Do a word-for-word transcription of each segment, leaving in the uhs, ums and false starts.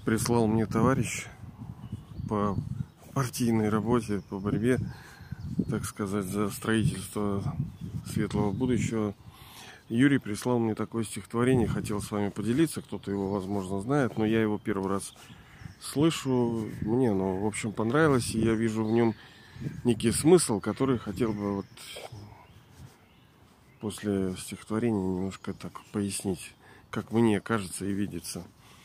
Прислал мне товарищ по партийной работе, по борьбе, так сказать, за строительство светлого будущего. Юрий прислал мне такое стихотворение, хотел с вами поделиться, кто-то его, возможно, знает, но я его первый раз слышу. Мне оно, в общем, понравилось, и я вижу в нем некий смысл, который хотел бы вот после стихотворения немножко так пояснить, как мне кажется и видится.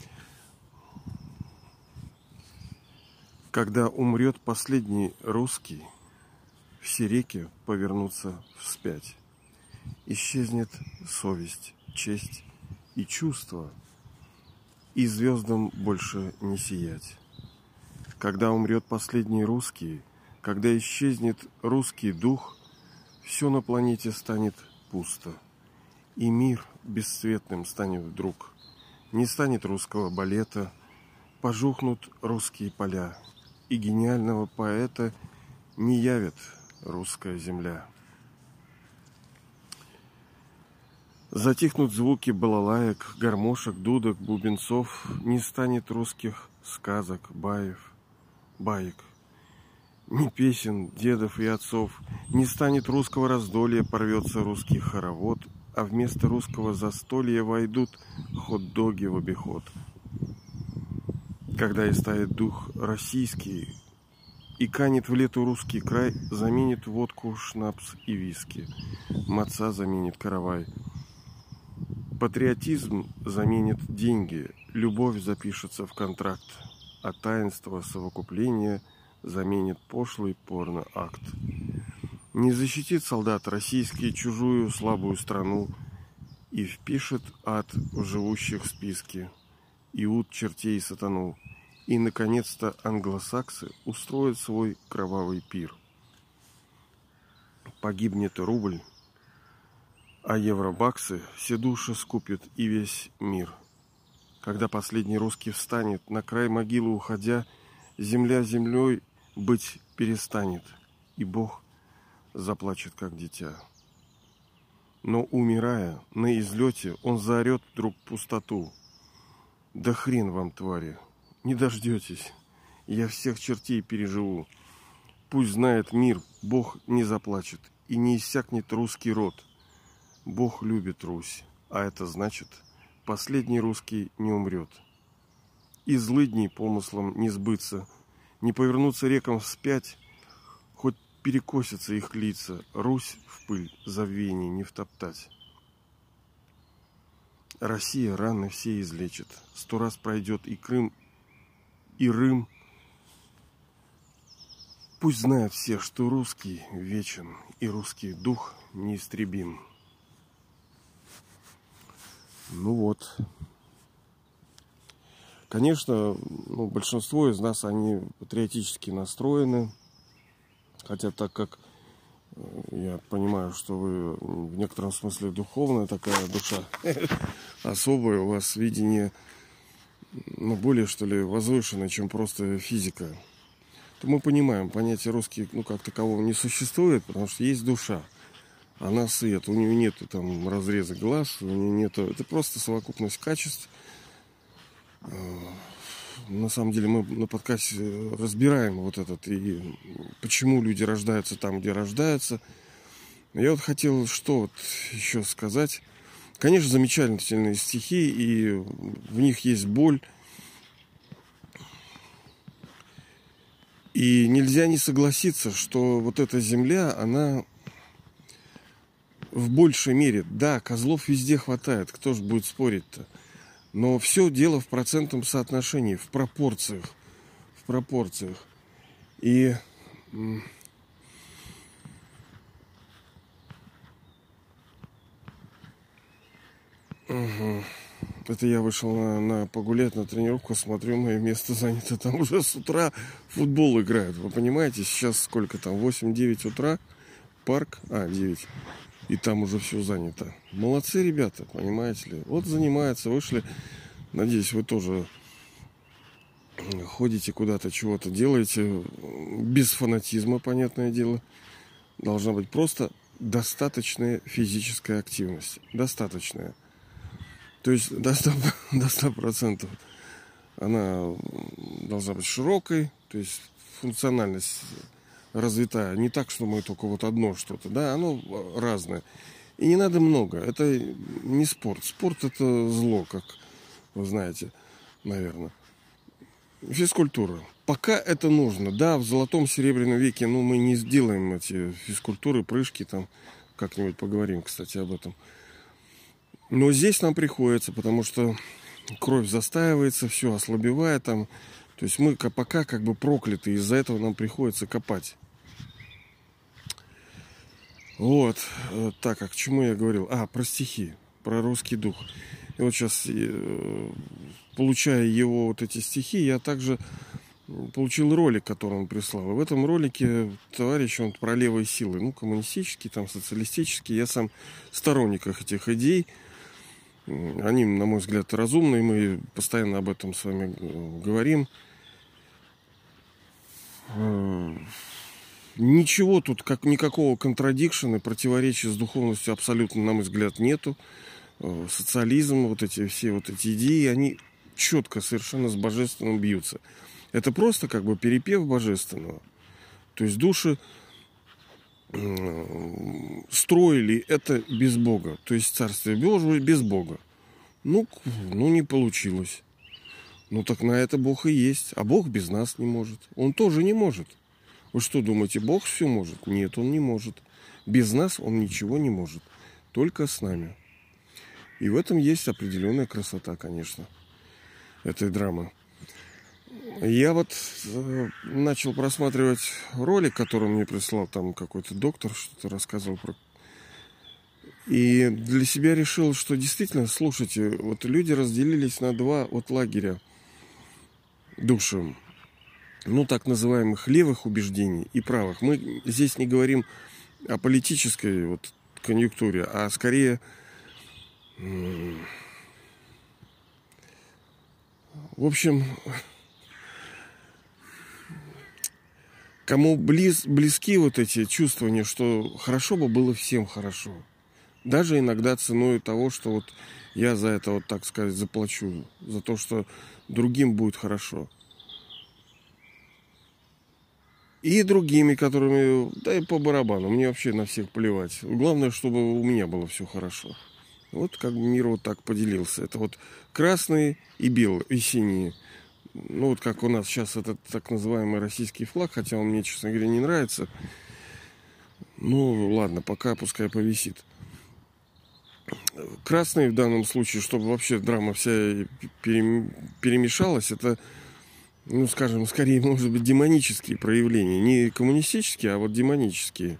Когда умрет последний русский, все реки повернутся вспять. Исчезнет совесть, честь и чувство, и звездам больше не сиять. Когда умрет последний русский, когда исчезнет русский дух, все на планете станет пусто, и мир бесцветным станет вдруг. Не станет русского балета, пожухнут русские поля, и гениального поэта не явит русская земля. Затихнут звуки балалаек, гармошек, дудок, бубенцов, не станет русских сказок, баев, баек, ни песен дедов и отцов, не станет русского раздолья, порвется русский хоровод, а вместо русского застолья войдут хот-доги в обиход. Когда истает дух российский и канет в лету русский край, заменит водку, шнапс и виски, маца заменит каравай. Патриотизм заменит деньги, любовь запишется в контракт, а таинство совокупления заменит пошлый порно-акт. Не защитит солдат российский чужую слабую страну и впишет ад в живущих списки, иуд чертей сатану. И, наконец-то, англосаксы устроят свой кровавый пир. Погибнет рубль, а евробаксы все души скупят и весь мир. Когда последний русский встанет, на край могилы уходя, земля землей быть перестанет, и Бог заплачет, как дитя. Но, умирая на излете, он заорет вдруг пустоту. Да хрен вам, твари! Не дождетесь, я всех чертей переживу. Пусть знает мир, Бог не заплачет, и не иссякнет русский род. Бог любит Русь, а это значит, последний русский не умрет. И злыдней помыслом не сбыться, не повернуться рекам вспять, хоть перекосятся их лица, Русь в пыль забвений не втоптать. Россия раны все излечит, сто раз пройдет и Крым, и Рым. Пусть знают все, что русский вечен, и русский дух неистребим. Ну вот. Конечно, ну, большинство из нас, они патриотически настроены. Хотя так как я понимаю, что вы в некотором смысле духовная такая душа, особое у вас видение, ну, более, что ли, возвышенное, чем просто физика, то мы понимаем, понятие русский, ну, как такового не существует, потому что есть душа. Она свет, у нее нету там разреза глаз, у нее нету, это просто совокупность качеств. На самом деле мы на подкасте разбираем вот этот, и почему люди рождаются там, где рождаются. Я вот хотел что вот еще сказать. Конечно, замечательные стихи, и в них есть боль. И нельзя не согласиться, что вот эта земля, она в большей мере, да, козлов везде хватает, кто же будет спорить-то? Но все дело в процентном соотношении, в пропорциях. В пропорциях. И угу. Это я вышел на, на погулять, на тренировку, смотрю, мое место занято. Там уже с утра футбол играют. Вы понимаете, сейчас сколько там? восемь-девять утра. Парк. А, девять. И там уже все занято. Молодцы ребята, понимаете ли. Вот занимаются, вышли. Надеюсь, вы тоже ходите куда-то, чего-то делаете. Без фанатизма, понятное дело. Должна быть просто достаточная физическая активность. Достаточная. То есть до ста процентов. Она должна быть широкой, то есть функциональность развитая. Не так, что мы только вот одно что-то, да, оно разное. И не надо много. Это не спорт. Спорт — это зло, как вы знаете, наверное. Физкультура. Пока это нужно. Да, в золотом серебряном веке, ну, мы не сделаем эти физкультуры, прыжки там. Как-нибудь поговорим, кстати, об этом. Но здесь нам приходится, потому что кровь застаивается, все ослабевает там. То есть мы пока как бы прокляты, из-за этого нам приходится копать. Вот. Так, а к чему я говорил? А, про стихи, про русский дух. И вот сейчас, получая его вот эти стихи, я также получил ролик, который он прислал. И в этом ролике товарищ, он про левые силы, ну, коммунистические, там, социалистические. Я сам сторонник этих идей. Они, на мой взгляд, разумные. Мы постоянно об этом с вами говорим. Ничего тут, как никакого контрадикшена, противоречия с духовностью абсолютно, на мой взгляд, нету. Социализм, вот эти все вот эти идеи, они четко совершенно с божественным бьются. Это просто как бы перепев божественного. То есть души строили это без Бога. То есть Царствие Божие без Бога. Ну, ну, не получилось. Ну, так на это Бог и есть. А Бог без нас не может. Он тоже не может. Вы что думаете, Бог все может? Нет, Он не может. Без нас Он ничего не может. Только с нами. И в этом есть определенная красота, конечно, этой драмы. Я вот э, начал просматривать ролик, который мне прислал там какой-то доктор, что-то рассказывал про... И для себя решил, что действительно, слушайте, вот люди разделились на два вот лагеря души. Ну, так называемых левых убеждений и правых. Мы здесь не говорим о политической вот конъюнктуре, а скорее... В общем... Кому близ, близки вот эти чувствования, что хорошо бы было всем хорошо. Даже иногда ценой того, что вот я за это, вот так сказать, заплачу. За то, что другим будет хорошо. И другими, которыми, да и по барабану. Мне вообще на всех плевать. Главное, чтобы у меня было все хорошо. Вот как бы мир вот так поделился. Это вот красные и белые, и синие. Ну, вот как у нас сейчас этот так называемый российский флаг, хотя он мне, честно говоря, не нравится. Ну, ладно, пока пускай повисит. Красный в данном случае, чтобы вообще драма вся перемешалась, это, ну, скажем, скорее, может быть, демонические проявления. Не коммунистические, а вот демонические.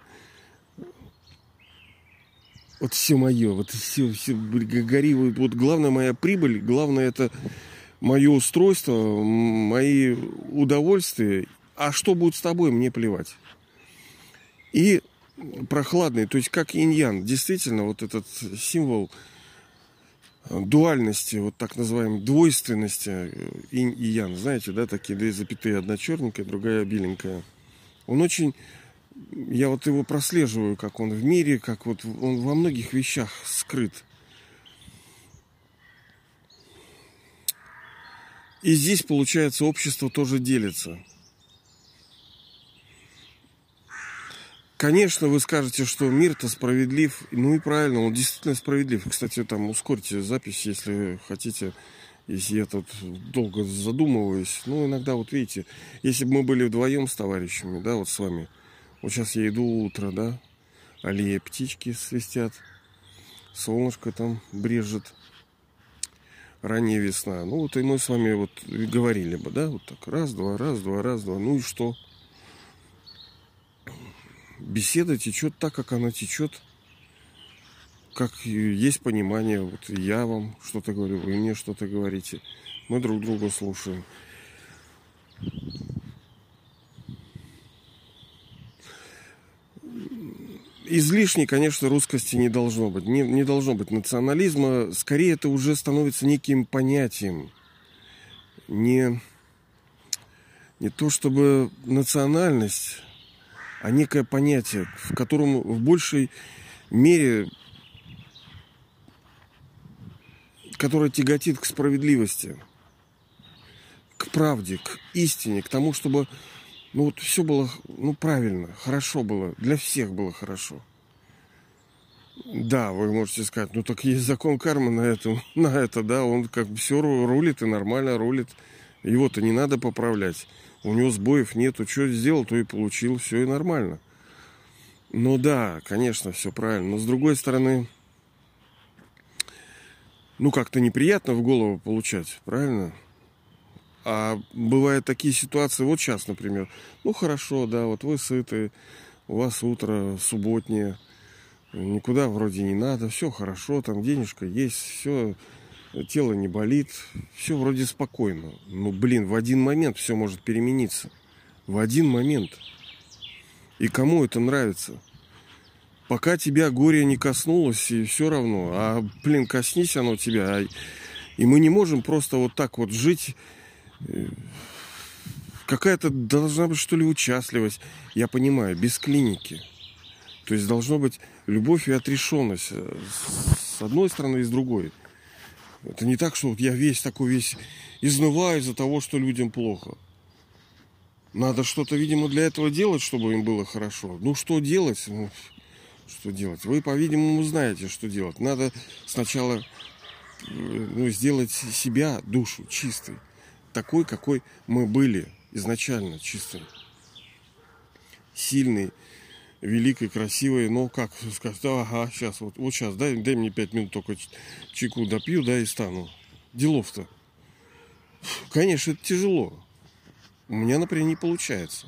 Вот все мое, вот все, все гори, вот главная моя прибыль, главное это... Мое устройство, мои удовольствия, а что будет с тобой, мне плевать. И прохладный, то есть как инь-ян, действительно, вот этот символ дуальности, вот так называемой двойственности, инь и ян, знаете, да, такие две запятые, одна черненькая, другая беленькая. Он очень, я вот его прослеживаю, как он в мире, как вот он во многих вещах скрыт. И здесь, получается, общество тоже делится. Конечно, вы скажете, что мир-то справедлив. Ну и правильно, он действительно справедлив. Кстати, там ускорьте запись, если хотите, если я тут долго задумываюсь. Ну, иногда, вот видите, если бы мы были вдвоем с товарищами, да, вот с вами. Вот сейчас я иду утро, да, аллея птички свистят, солнышко там брежет. Ранняя весна. Ну, вот и мы с вами вот говорили бы, да, вот так, раз, два, раз, два, раз, два. Ну и что? Беседа течет так, как она течет. Как есть понимание. Вот я вам что-то говорю, вы мне что-то говорите. Мы друг друга слушаем. Излишней, конечно, русскости не должно быть. Не, не должно быть национализма. Скорее, это уже становится неким понятием. Не, не то чтобы национальность, а некое понятие, в котором в большей мере, которое тяготит к справедливости. к правде, к истине, к тому, чтобы ну, вот все было ну, правильно, хорошо было, для всех было хорошо. Да, вы можете сказать, ну так есть закон кармы на это, на это, да, он как бы все рулит и нормально рулит. Его-то не надо поправлять. У него сбоев нету, что сделал, то и получил, все и нормально. Ну да, конечно, все правильно. Но с другой стороны, ну как-то неприятно в голову получать, правильно? А бывают такие ситуации, вот сейчас, например, ну хорошо, да, вот вы сыты, у вас утро субботнее, никуда вроде не надо, все хорошо, там денежка есть, все, тело не болит, все вроде спокойно. Ну, блин, в один момент все может перемениться. В один момент. И кому это нравится? Пока тебя горе не коснулось, и все равно. А, блин, коснись оно тебя. И мы не можем просто вот так вот жить. Какая-то должна быть, что ли, участливость. Я понимаю, без клиники. То есть должно быть любовь и отрешенность с одной стороны и с другой. Это не так, что вот я весь такой, весь изнываю из-за того, что людям плохо. Надо что-то, видимо, для этого делать, чтобы им было хорошо. Ну, что делать? Ну, что делать? Вы, по-видимому, знаете, что делать. Надо сначала ну, сделать себя, душу чистой. Такой, какой мы были изначально, чистой. Сильный, великой, красивой. Но как сказать, ага, сейчас, вот, вот сейчас, дай, дай мне пять минут только чайку допью, да, и стану. Делов-то. Конечно, это тяжело. У меня, например, не получается.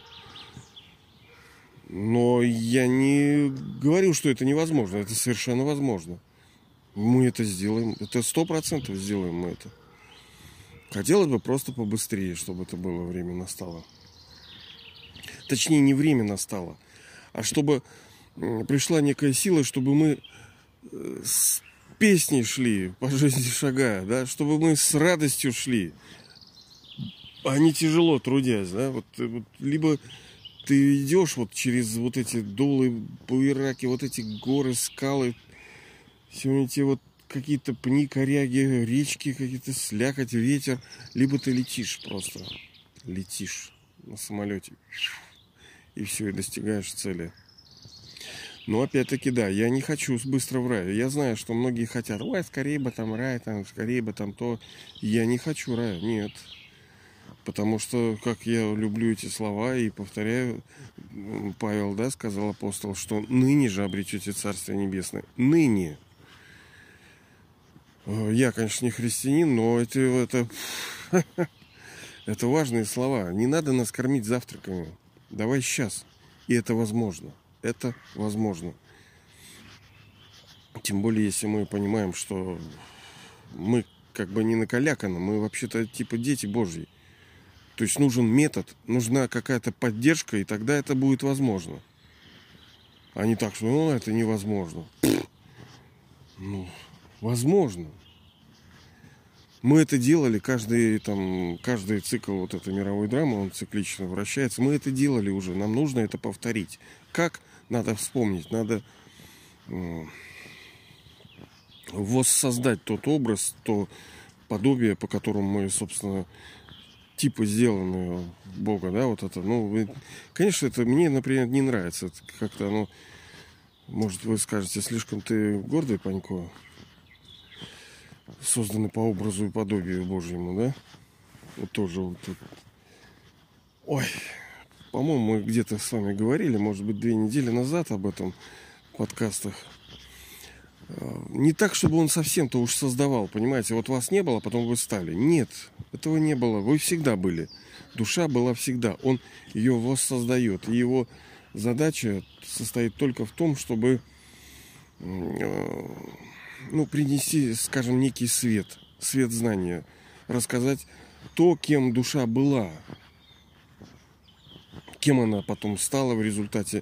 Но я не говорю, что это невозможно. Это совершенно возможно. Мы это сделаем. Это сто процентов сделаем мы это. Хотелось бы просто побыстрее, чтобы это было, время настало. Точнее, не время настало, а чтобы пришла некая сила, чтобы мы с песней шли, по жизни шагая, да, чтобы мы с радостью шли, а не тяжело трудясь, да, вот, вот либо ты идешь вот через вот эти долы, буераки, вот эти горы, скалы, сегодня тебе вот какие-то пни, коряги, речки, какие-то слякоть, ветер, либо ты летишь просто, летишь на самолете, и все, и достигаешь цели. Но опять-таки, да, я не хочу быстро в рай. Я знаю, что многие хотят, ой, скорее бы там рай, там, скорее бы там то. Я не хочу рая, нет. Потому что, как я люблю эти слова и повторяю, Павел, да, сказал апостол, что ныне же обретете Царствие Небесное. Ныне. Я, конечно, не христианин, но это, это, это важные слова. Не надо нас кормить завтраками. Давай сейчас. И это возможно. Это возможно. Тем более, если мы понимаем, что мы как бы не накаляканы, мы вообще-то типа дети Божьи. То есть нужен метод, нужна какая-то поддержка, и тогда это будет возможно. А не так, что ну, это невозможно. Ну, возможно. Мы это делали, каждый, там, каждый цикл вот этой мировой драмы, он циклично вращается. Мы это делали уже, нам нужно это повторить. Как? Надо вспомнить, надо э, воссоздать тот образ, то подобие, по которому мы, собственно, типа сделаны Бога, да, вот это. Ну, конечно, это мне, например, не нравится. Это как-то оно, может, вы скажете, слишком ты гордый, Панько, созданный по образу и подобию Божьему, да? Вот тоже вот тут. Ой, по-моему, мы где-то с вами говорили, может быть, две недели назад об этом в подкастах. Не так, чтобы он совсем-то уж создавал, понимаете? Вот вас не было, потом вы стали. Нет, этого не было. Вы всегда были. Душа была всегда. Он ее воссоздает. И его задача состоит только в том, чтобы ну, принести, скажем, некий свет. Свет знания. Рассказать то, кем душа была. Кем она потом стала в результате...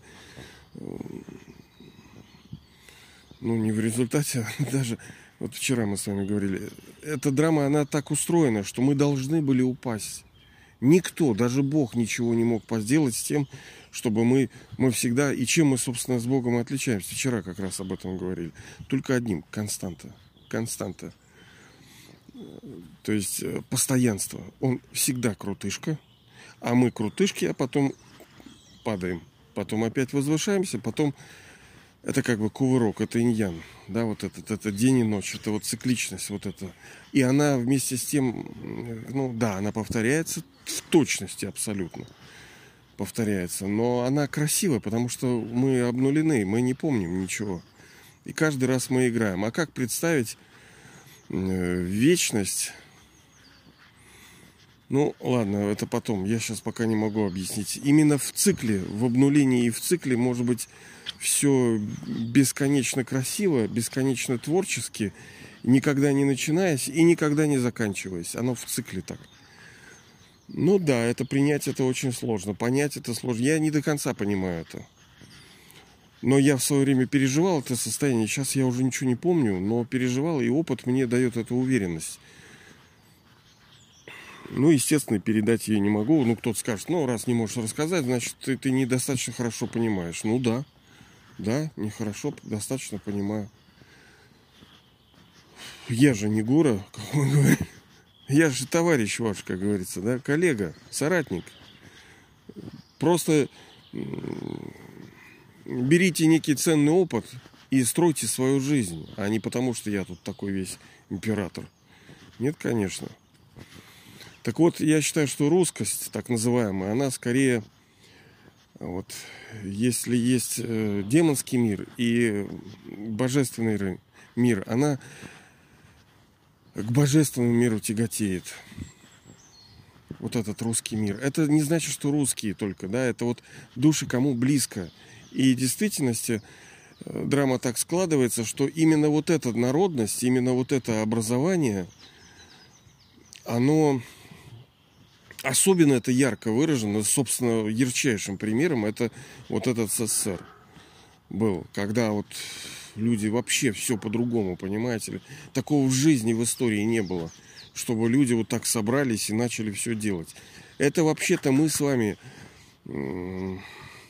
Ну, не в результате, а даже... Вот вчера мы с вами говорили. Эта драма, она так устроена, что мы должны были упасть. Никто, даже Бог ничего не мог сделать с тем, чтобы мы, мы всегда... И чем мы, собственно, с Богом отличаемся? Вчера как раз об этом говорили. Только одним. Константа. Константа. То есть постоянство. Он всегда крутышка, а мы крутышки, а потом падаем. Потом опять возвышаемся, потом это как бы кувырок, это инь-ян. Да, вот этот, это день и ночь, это вот цикличность, вот это. И она вместе с тем, ну да, она повторяется в точности абсолютно. Повторяется, но она красивая, потому что мы обнулены, мы не помним ничего. И каждый раз мы играем. А как представить э, вечность? Ну, ладно, это потом. Я сейчас пока не могу объяснить. Именно в цикле, в обнулении и в цикле может быть все бесконечно красиво, бесконечно творчески, никогда не начинаясь и никогда не заканчиваясь. Оно в цикле так. Ну да, это принять это очень сложно. Понять это сложно. Я не до конца понимаю это. Но я в свое время переживал это состояние. Сейчас я уже ничего не помню, но переживал, и опыт мне дает эту уверенность. Ну, естественно, передать ее не могу. Ну, кто-то скажет, ну, раз не можешь рассказать, значит, ты, ты недостаточно хорошо понимаешь. Ну, да. Да, нехорошо, достаточно понимаю. Я же не Гура, как мы говорим. Я же товарищ ваш, как говорится, да, коллега, соратник. Просто берите некий ценный опыт и стройте свою жизнь, а не потому, что я тут такой весь император. Нет, конечно. Так вот, я считаю, что русскость, так называемая, она скорее, вот, если есть э, демонский мир и божественный мир, она к божественному миру тяготеет. Вот этот русский мир. Это не значит, что русские только, да, это вот души кому близко. И в действительности э, драма так складывается, что именно вот эта народность, именно вот это образование, оно... Особенно это ярко выражено, собственно, ярчайшим примером это вот этот СССР был, когда вот люди вообще все по-другому, понимаете ли. Такого в жизни, в истории не было, чтобы люди вот так собрались и начали все делать. Это вообще-то мы с вами... Блин,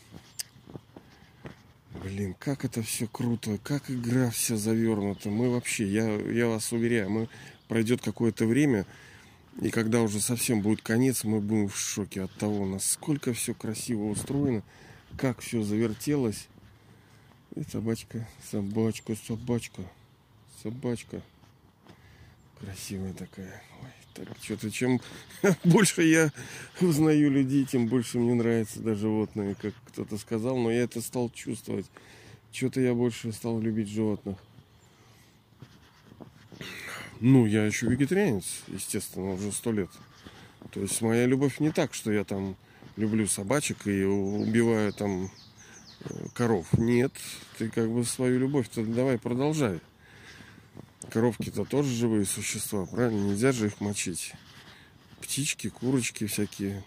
как это все круто, как игра вся завернута. Мы вообще, я, я вас уверяю, мы пройдет какое-то время... И когда уже совсем будет конец, мы будем в шоке от того, насколько все красиво устроено, как все завертелось. И собачка, собачка, собачка, собачка. Красивая такая. Ой, так что-то чем больше я узнаю людей, тем больше мне нравятся даже животные, как кто-то сказал. Но я это стал чувствовать. Что-то я больше стал любить животных. Ну, я еще вегетарианец, естественно, уже сто лет. То есть моя любовь не так, что я там люблю собачек и убиваю там коров. Нет, ты как бы свою любовь-то давай продолжай. Коровки-то тоже живые существа, правильно? Нельзя же их мочить. Птички, курочки всякие.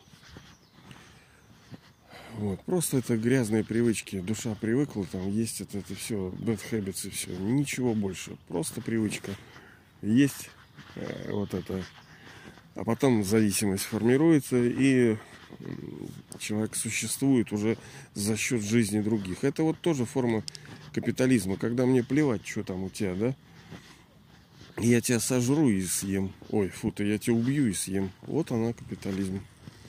Вот. Просто это грязные привычки. Душа привыкла, там есть это, это все, bad habits и все. Ничего больше. Просто привычка. Есть э, вот это. А потом зависимость формируется, и человек существует уже за счет жизни других. Это вот тоже форма капитализма. Когда мне плевать, что там у тебя, да? Я тебя сожру и съем. Ой, фу, то я тебя убью и съем. Вот она, капитализм.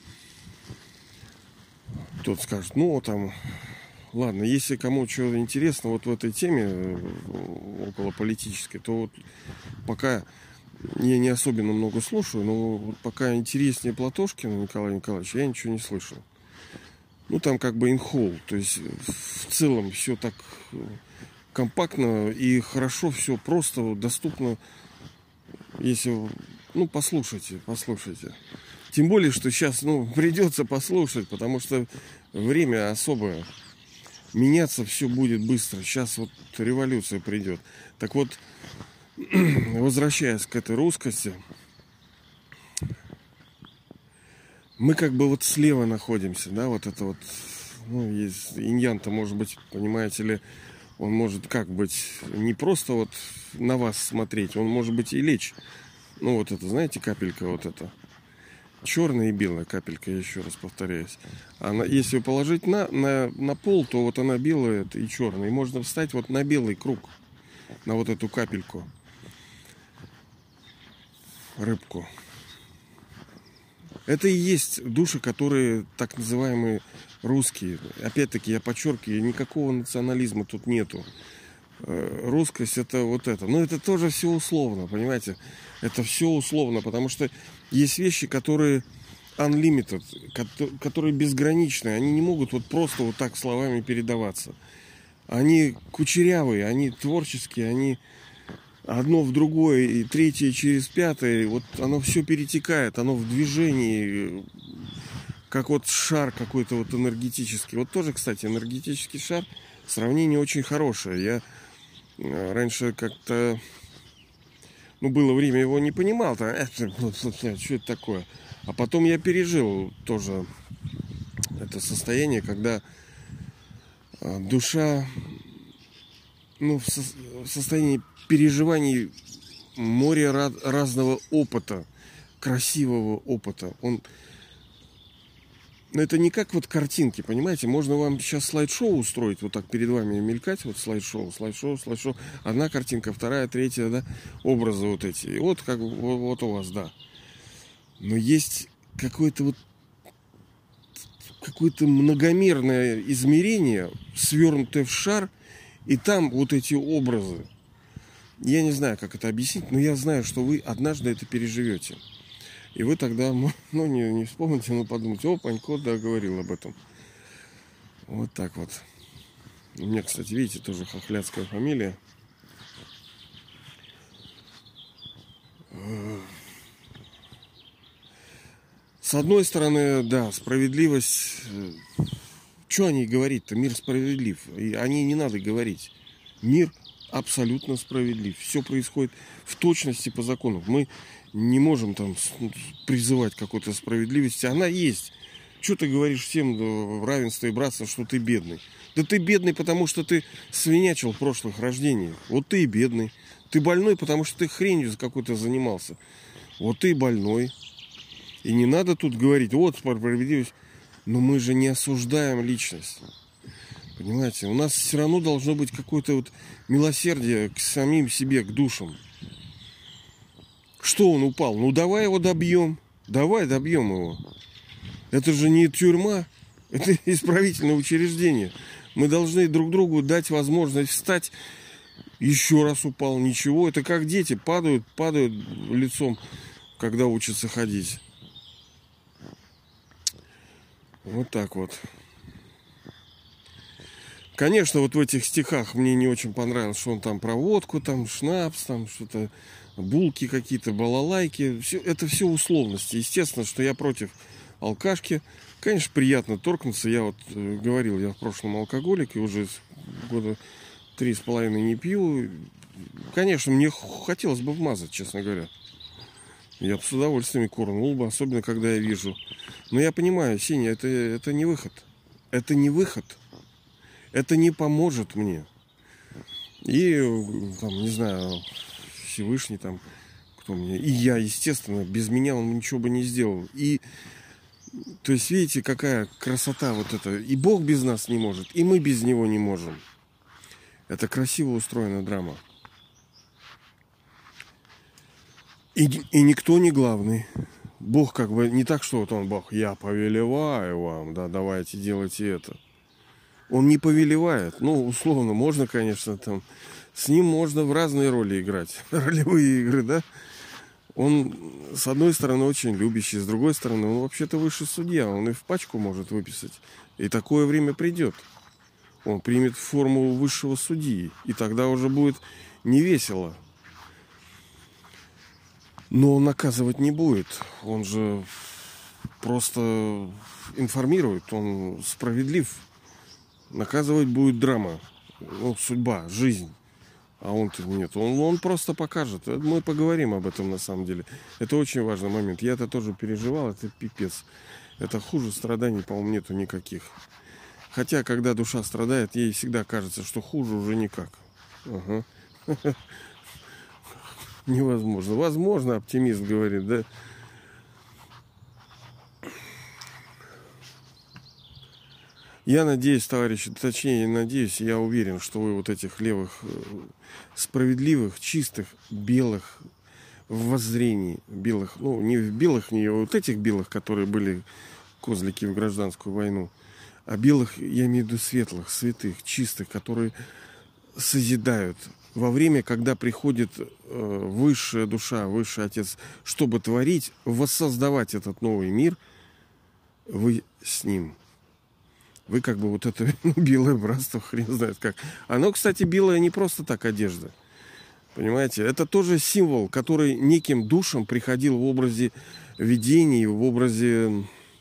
Тот скажет, ну там... Ладно, если кому что-то интересно вот в этой теме около политической, то вот пока я не особенно много слушаю, но вот пока интереснее Платошкина Николая Николаевича, я ничего не слышал. Ну, там как бы инхол, то есть в целом все так компактно и хорошо, все просто, доступно. Если, ну, послушайте, послушайте. Тем более, что сейчас, ну, придется послушать, потому что время особое. Меняться все будет быстро. Сейчас вот революция придет. Так вот, возвращаясь к этой русскости, мы как бы вот слева находимся, да, вот это вот, ну, есть инь-ян-то, может быть, понимаете ли, он может как быть не просто вот на вас смотреть, он может быть и лечь. Ну, вот это, знаете, капелька вот эта. Черная и белая капелька, я еще раз повторяюсь. Она, если положить на, на, на пол, то вот она белая и черная. И можно встать вот на белый круг, на вот эту капельку. рыбку. Это и есть души, которые так называемые русские. Опять-таки, я подчеркиваю, никакого национализма тут нету. Русскость это вот это. Но это тоже все условно, понимаете? Это все условно, потому что есть вещи, которые unlimited, которые безграничные. Они не могут вот просто вот так словами передаваться. Они кучерявые, они творческие, они одно в другое, и третье через пятое. Вот оно все перетекает, оно в движении, как вот шар какой-то вот энергетический. Вот тоже, кстати, энергетический шар, сравнение очень хорошее. Я раньше как-то, ну, было время, его не понимал. Там, это, что это такое? А потом я пережил тоже это состояние, когда душа, ну, в, со в состоянии переживаний моря разного опыта, красивого опыта. Он, но это не как вот картинки, понимаете? Можно вам сейчас слайд-шоу устроить, вот так перед вами мелькать, вот слайд-шоу, слайд-шоу, слайд-шоу. Одна картинка, вторая, третья, да, образы вот эти. И вот как вот, вот у вас, да. Но есть какое-то вот какое-то многомерное измерение, свернутое в шар, и там вот эти образы. Я не знаю, как это объяснить, но я знаю, что вы однажды это переживете. И вы тогда, ну, не, не вспомните, но подумайте, о, Панько, да, говорил об этом. Вот так вот. У меня, кстати, видите, тоже хохлядская фамилия. С одной стороны, да, справедливость. Что о ней говорить-то? Мир справедлив. И о ней не надо говорить. Мир абсолютно справедлив. Все происходит в точности по закону. Мы не можем там призывать какой-то справедливости. Она есть. Что ты говоришь всем равенство и братство, что ты бедный? Да ты бедный, потому что ты свинячил в прошлых рождениях. Вот ты и бедный. Ты больной, потому что ты хренью какой-то занимался. Вот ты и больной. И не надо тут говорить, вот справедливость. Но мы же не осуждаем личность. Понимаете, у нас все равно должно быть какое-то вот милосердие к самим себе, к душам. Что он упал? Ну давай его добьем. Давай добьем его. Это же не тюрьма, это исправительное учреждение. Мы должны друг другу дать возможность встать. Еще раз упал, ничего. Это как дети падают, падают лицом, когда учатся ходить. Вот так вот. Конечно, вот в этих стихах мне не очень понравилось, что он там про водку, там шнапс, там что-то, булки какие-то, балалайки. Все, это все условности. Естественно, что я против алкашки. Конечно, приятно торкнуться. Я вот э, говорил, я в прошлом алкоголик, и уже года три с половиной не пью. Конечно, мне хотелось бы вмазать, честно говоря. Я бы с удовольствием курнул бы, особенно когда я вижу. Но я понимаю, Сеня, это, это не выход. Это не выход. Это не поможет мне. И, там, не знаю, Всевышний там, кто мне... И я, естественно, без меня он ничего бы не сделал. И, то есть, видите, какая красота вот эта. И Бог без нас не может, и мы без Него не можем. Это красиво устроена драма. И, и никто не главный. Бог как бы не так, что вот он, Бог, я повелеваю вам, да, давайте делайте это. Он не повелевает. Ну, условно, можно, конечно, там, с ним можно в разные роли играть. Ролевые игры, да? Он, с одной стороны, очень любящий, с другой стороны, он вообще-то высший судья. Он и в пачку может выписать. И такое время придет. Он примет форму высшего судьи. И тогда уже будет не весело. Но он наказывать не будет. Он же просто информирует. Он справедлив. Наказывать будет драма. Ну, судьба, жизнь. А он-то нет. Он, он просто покажет. Мы поговорим об этом на самом деле. Это очень важный момент. Я это тоже переживал. Это пипец. Это хуже страданий, по-моему, нету никаких. Хотя, когда душа страдает, ей всегда кажется, что хуже уже никак. Ага. Невозможно. Возможно, оптимист говорит, да? Я надеюсь, товарищи, точнее, надеюсь, я уверен, что вы вот этих левых, справедливых, чистых, белых, в воззрении белых, ну, не в белых, не вот этих белых, которые были козлики в гражданскую войну, а белых, я имею в виду светлых, святых, чистых, которые созидают во время, когда приходит э, высшая душа, высший Отец, чтобы творить, воссоздавать этот новый мир, вы с ним. Вы как бы вот это ну, белое братство, хрен знает как. Оно, кстати, белое не просто так одежда. Понимаете? Это тоже символ, который неким душам приходил в образе видений, в образе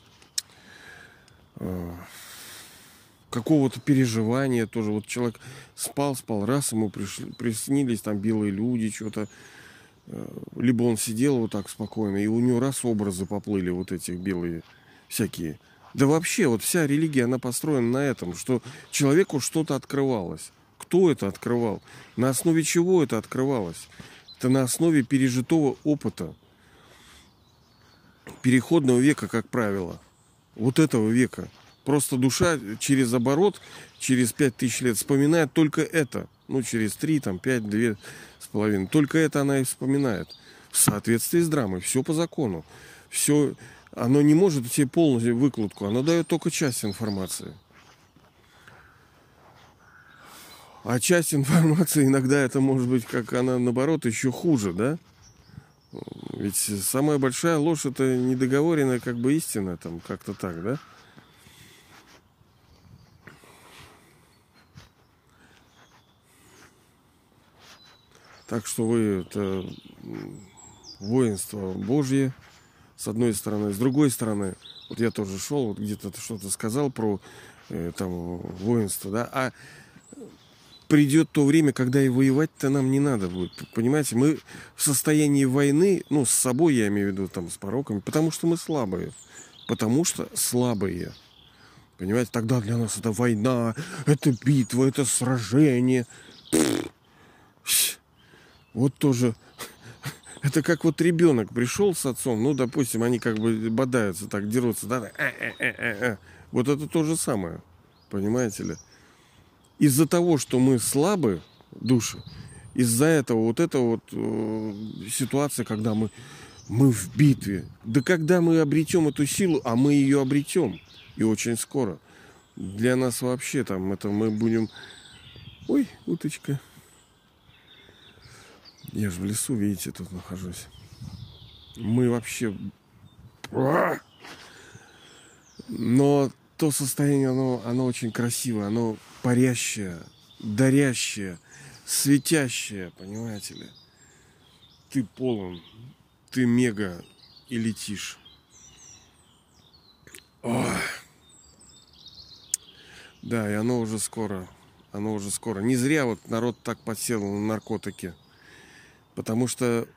э, какого-то переживания тоже. Вот человек спал, спал, раз ему пришли, приснились там белые люди, что-то. Э, либо он сидел вот так спокойно, и у него раз образы поплыли вот этих белые всякие. Да вообще, вот вся религия, она построена на этом, что человеку что-то открывалось. Кто это открывал? На основе чего это открывалось? Это на основе пережитого опыта. Переходного века, как правило. Вот этого века. Просто душа через оборот, через пять тысяч лет вспоминает только это. Ну, через три, там, пять, две с половиной. Только это она и вспоминает. В соответствии с драмой. Все по закону. Все... Оно не может тебе полностью выкладку, оно дает только часть информации. А часть информации иногда это может быть, как она наоборот, еще хуже, да? Ведь самая большая ложь это недоговоренная как бы истина, там как-то так, да? Так что вы это воинство Божье. С одной стороны. С другой стороны, вот я тоже шел, вот где-то что-то сказал про э, там воинство, да, а придет то время, когда и воевать-то нам не надо будет. Понимаете, мы в состоянии войны, ну, с собой я имею в виду, там, с пороками, потому что мы слабые. Потому что слабые. Понимаете, тогда для нас это война, это битва, это сражение. Вот тоже... Это как вот ребенок пришел с отцом, ну, допустим, они как бы бодаются, так дерутся, да, э-э-э-э. Вот это то же самое, понимаете ли? Из-за того, что мы слабы, души, из-за этого вот эта вот э, ситуация, когда мы, мы в битве, да когда мы обретем эту силу, а мы ее обретем, и очень скоро, для нас вообще там, это мы будем... Ой, уточка. Я же в лесу, видите, тут нахожусь. Мы вообще... Но то состояние, оно, оно очень красивое, оно парящее, дарящее, светящее, понимаете ли? Ты полон, ты мега и летишь. Ох. Да, и оно уже скоро, оно уже скоро. Не зря вот народ так подсел на наркотики. Потому что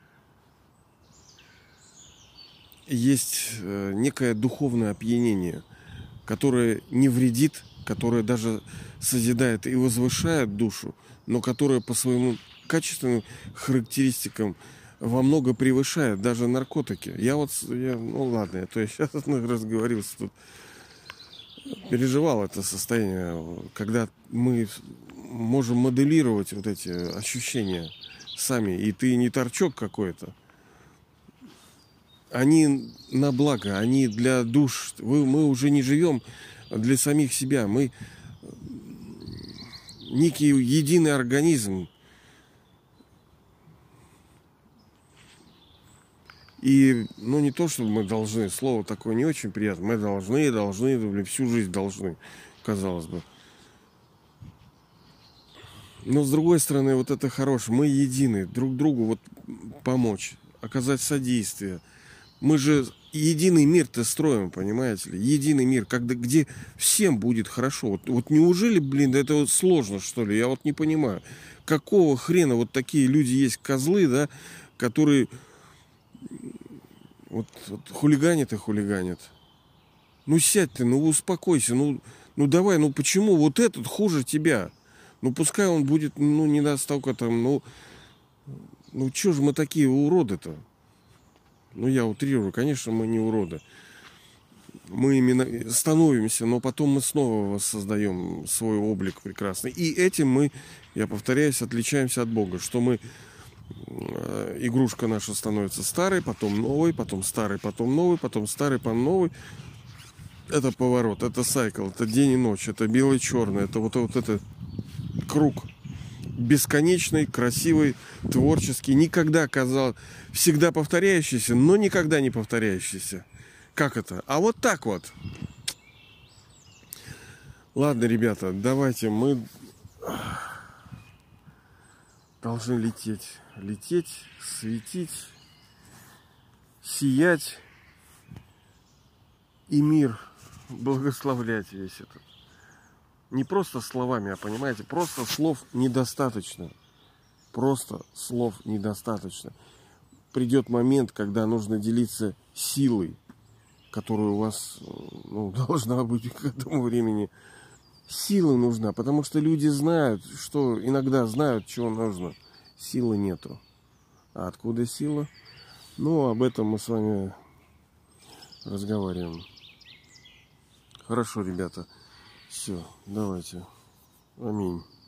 есть некое духовное опьянение, которое не вредит, которое даже созидает и возвышает душу, но которое по своим качественным характеристикам во много превышает даже наркотики. Я вот, я, ну ладно, я, то я сейчас разговорился тут, переживал это состояние, когда мы можем моделировать вот эти ощущения сами, и ты не торчок какой-то. Они на благо, они для душ. Вы, мы уже не живем для самих себя. Мы некий единый организм. И, ну, не то, чтобы мы должны, слово такое не очень приятно. Мы должны, должны, всю жизнь должны, казалось бы. Но с другой стороны, вот это хорошее. Мы едины, друг другу вот помочь, оказать содействие. Мы же единый мир-то строим, понимаете ли? Единый мир, когда, где всем будет хорошо. Вот, вот неужели, блин, это вот сложно, что ли? Я вот не понимаю. Какого хрена вот такие люди есть, козлы, да, которые вот, вот хулиганят и хулиганят. Ну сядь ты, ну успокойся, ну, ну давай, ну почему вот этот хуже тебя? Ну, пускай он будет, ну, не настолько там, ну, ну, чё же мы такие уроды-то? Ну, я утрирую, конечно, мы не уроды. Мы именно становимся, но потом мы снова воссоздаем свой облик прекрасный. И этим мы, я повторяюсь, отличаемся от Бога, что мы игрушка наша становится старой, потом новой, потом старой, потом новой, потом старой, потом новой. Это поворот, это сайкл, это день и ночь, это белое и черное, это вот, вот это круг бесконечный, красивый, творческий, никогда казалось, всегда повторяющийся, но никогда не повторяющийся. Как это? А вот так вот. Ладно, ребята, давайте мы должны лететь, лететь, светить, сиять и мир благословлять весь этот. Не просто словами, а понимаете, просто слов недостаточно. Просто слов недостаточно. Придет момент, когда нужно делиться силой, которая у вас, ну, должна быть к этому времени. Сила нужна, потому что люди знают, что иногда знают, чего нужно. Силы нету. А откуда сила? Ну, об этом мы с вами разговариваем. Хорошо, ребята. Все, давайте. Аминь.